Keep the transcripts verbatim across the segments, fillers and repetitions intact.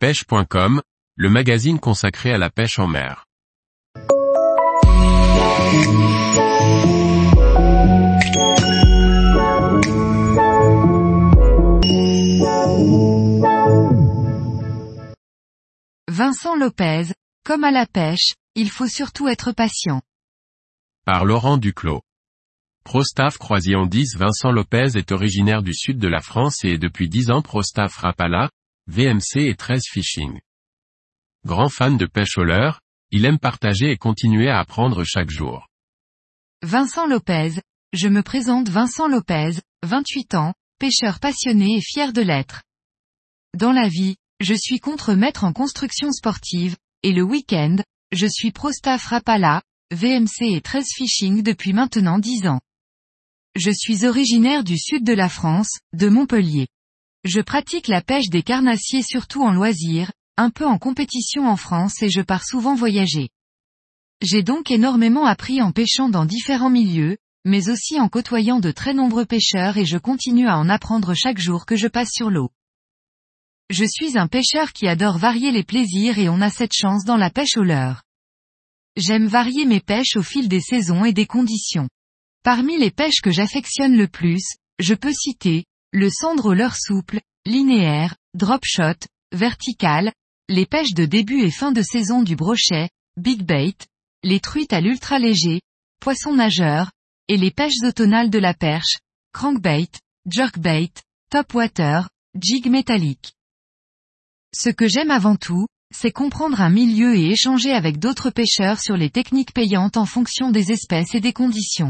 pêche point com, le magazine consacré à la pêche en mer. Vincent Lopez, comme à la pêche, il faut surtout être patient. Par Laurent Duclos. Pro-Staff Croisillon dix Vincent Lopez est originaire du sud de la France et est depuis dix ans Pro-Staff Rapala, V M C et treize Fishing. Grand fan de pêche au leurre, il aime partager et continuer à apprendre chaque jour. Vincent Lopez, je me présente Vincent Lopez, vingt-huit ans, pêcheur passionné et fier de l'être. Dans la vie, je suis contremaître en construction sportive, et le week-end, je suis Pro-Staff Rapala, V M C et treize Fishing depuis maintenant dix ans. Je suis originaire du sud de la France, de Montpellier. Je pratique la pêche des carnassiers surtout en loisir, un peu en compétition en France et je pars souvent voyager. J'ai donc énormément appris en pêchant dans différents milieux, mais aussi en côtoyant de très nombreux pêcheurs et je continue à en apprendre chaque jour que je passe sur l'eau. Je suis un pêcheur qui adore varier les plaisirs et on a cette chance dans la pêche au leurre. J'aime varier mes pêches au fil des saisons et des conditions. Parmi les pêches que j'affectionne le plus, je peux citer, le cendre au leurre souple, linéaire, drop shot, vertical, les pêches de début et fin de saison du brochet, big bait, les truites à l'ultra léger, poisson nageur, et les pêches automnales de la perche, crankbait, jerkbait, topwater, jig métallique. Ce que j'aime avant tout, c'est comprendre un milieu et échanger avec d'autres pêcheurs sur les techniques payantes en fonction des espèces et des conditions.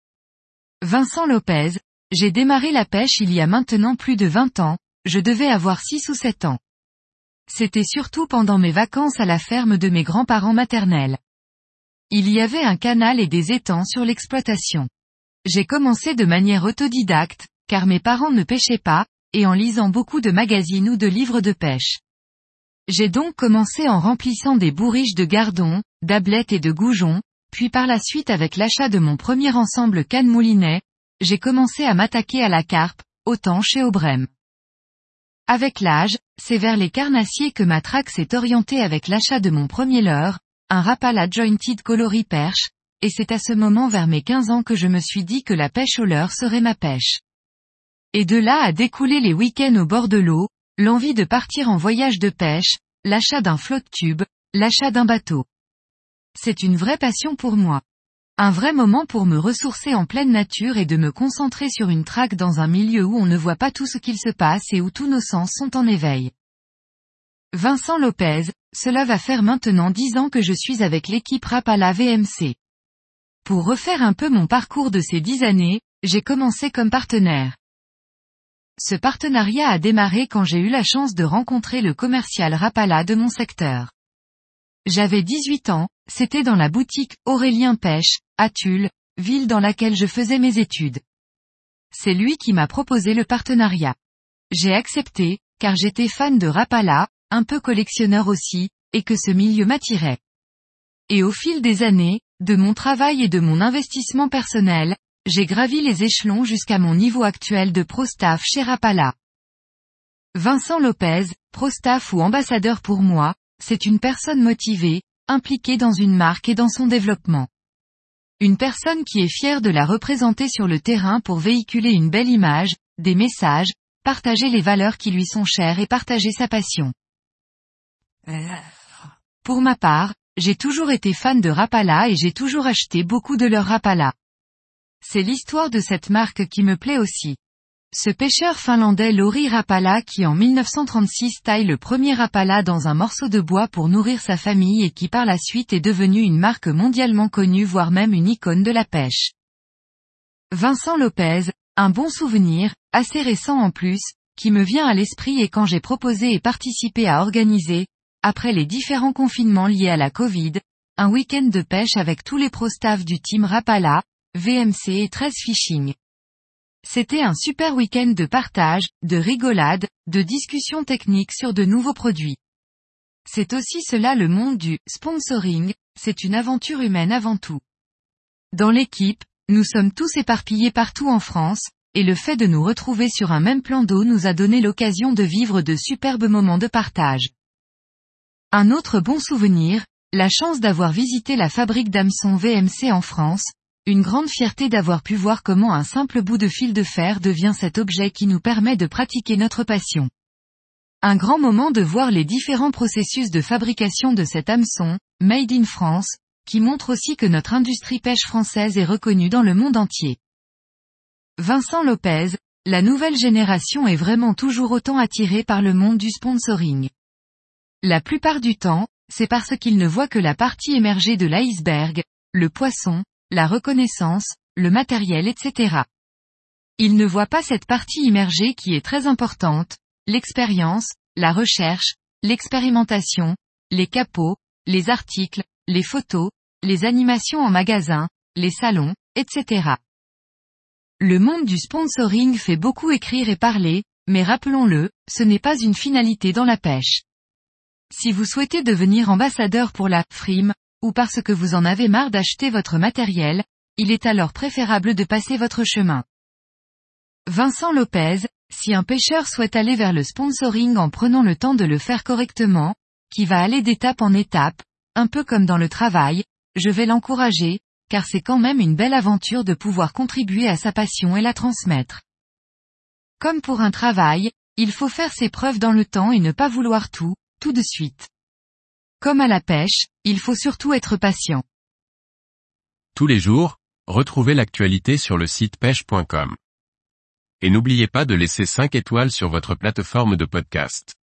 Vincent Lopez, j'ai démarré la pêche il y a maintenant plus de vingt ans, je devais avoir six ou sept ans. C'était surtout pendant mes vacances à la ferme de mes grands-parents maternels. Il y avait un canal et des étangs sur l'exploitation. J'ai commencé de manière autodidacte, car mes parents ne pêchaient pas, et en lisant beaucoup de magazines ou de livres de pêche. J'ai donc commencé en remplissant des bourriches de gardons, d'ablettes et de goujons, puis par la suite avec l'achat de mon premier ensemble canne-moulinet, j'ai commencé à m'attaquer à la carpe, au tanche et au brème. Avec l'âge, c'est vers les carnassiers que ma traque s'est orientée avec l'achat de mon premier leurre, un Rapala Jointed Coloris perche, et c'est à ce moment vers mes quinze ans que je me suis dit que la pêche au leurre serait ma pêche. Et de là a découlé les week-ends au bord de l'eau, l'envie de partir en voyage de pêche, l'achat d'un flotte-tube, l'achat d'un bateau. C'est une vraie passion pour moi. Un vrai moment pour me ressourcer en pleine nature et de me concentrer sur une traque dans un milieu où on ne voit pas tout ce qu'il se passe et où tous nos sens sont en éveil. Vincent Lopez, cela va faire maintenant dix ans que je suis avec l'équipe Rapala V M C. Pour refaire un peu mon parcours de ces dix années, j'ai commencé comme partenaire. Ce partenariat a démarré quand j'ai eu la chance de rencontrer le commercial Rapala de mon secteur. J'avais dix-huit ans, c'était dans la boutique Aurélien Pêche, à Tulle, ville dans laquelle je faisais mes études. C'est lui qui m'a proposé le partenariat. J'ai accepté, car j'étais fan de Rapala, un peu collectionneur aussi, et que ce milieu m'attirait. Et au fil des années, de mon travail et de mon investissement personnel, j'ai gravi les échelons jusqu'à mon niveau actuel de Pro-Staff chez Rapala. Vincent Lopez, Pro-Staff ou ambassadeur pour moi, c'est une personne motivée, impliquée dans une marque et dans son développement. Une personne qui est fière de la représenter sur le terrain pour véhiculer une belle image, des messages, partager les valeurs qui lui sont chères et partager sa passion. Pour ma part, j'ai toujours été fan de Rapala et j'ai toujours acheté beaucoup de leur Rapala. C'est l'histoire de cette marque qui me plaît aussi. Ce pêcheur finlandais Lauri Rapala qui en mille neuf cent trente-six taille le premier Rapala dans un morceau de bois pour nourrir sa famille et qui par la suite est devenu une marque mondialement connue voire même une icône de la pêche. Vincent Lopez, un bon souvenir, assez récent en plus, qui me vient à l'esprit et quand j'ai proposé et participé à organiser, après les différents confinements liés à la Covid, un week-end de pêche avec tous les pro-staff du team Rapala, V M C et treize Fishing. C'était un super week-end de partage, de rigolade, de discussions techniques sur de nouveaux produits. C'est aussi cela le monde du sponsoring, c'est une aventure humaine avant tout. Dans l'équipe, nous sommes tous éparpillés partout en France, et le fait de nous retrouver sur un même plan d'eau nous a donné l'occasion de vivre de superbes moments de partage. Un autre bon souvenir, la chance d'avoir visité la fabrique d'hameçons V M C en France, une grande fierté d'avoir pu voir comment un simple bout de fil de fer devient cet objet qui nous permet de pratiquer notre passion. Un grand moment de voir les différents processus de fabrication de cet hameçon, Made in France, qui montre aussi que notre industrie pêche française est reconnue dans le monde entier. Vincent Lopez, la nouvelle génération est vraiment toujours autant attirée par le monde du sponsoring. La plupart du temps, c'est parce qu'ils ne voient que la partie émergée de l'iceberg, le poisson, la reconnaissance, le matériel et cetera. Ils ne voient pas cette partie immergée qui est très importante, l'expérience, la recherche, l'expérimentation, les capots, les articles, les photos, les animations en magasin, les salons, et cetera. Le monde du sponsoring fait beaucoup écrire et parler, mais rappelons-le, ce n'est pas une finalité dans la pêche. Si vous souhaitez devenir ambassadeur pour la frime, ou parce que vous en avez marre d'acheter votre matériel, il est alors préférable de passer votre chemin. Vincent Lopez, si un pêcheur souhaite aller vers le sponsoring en prenant le temps de le faire correctement, qui va aller d'étape en étape, un peu comme dans le travail, je vais l'encourager, car c'est quand même une belle aventure de pouvoir contribuer à sa passion et la transmettre. Comme pour un travail, il faut faire ses preuves dans le temps et ne pas vouloir tout, tout de suite. Comme à la pêche, il faut surtout être patient. Tous les jours, retrouvez l'actualité sur le site pêche point com. Et n'oubliez pas de laisser cinq étoiles sur votre plateforme de podcast.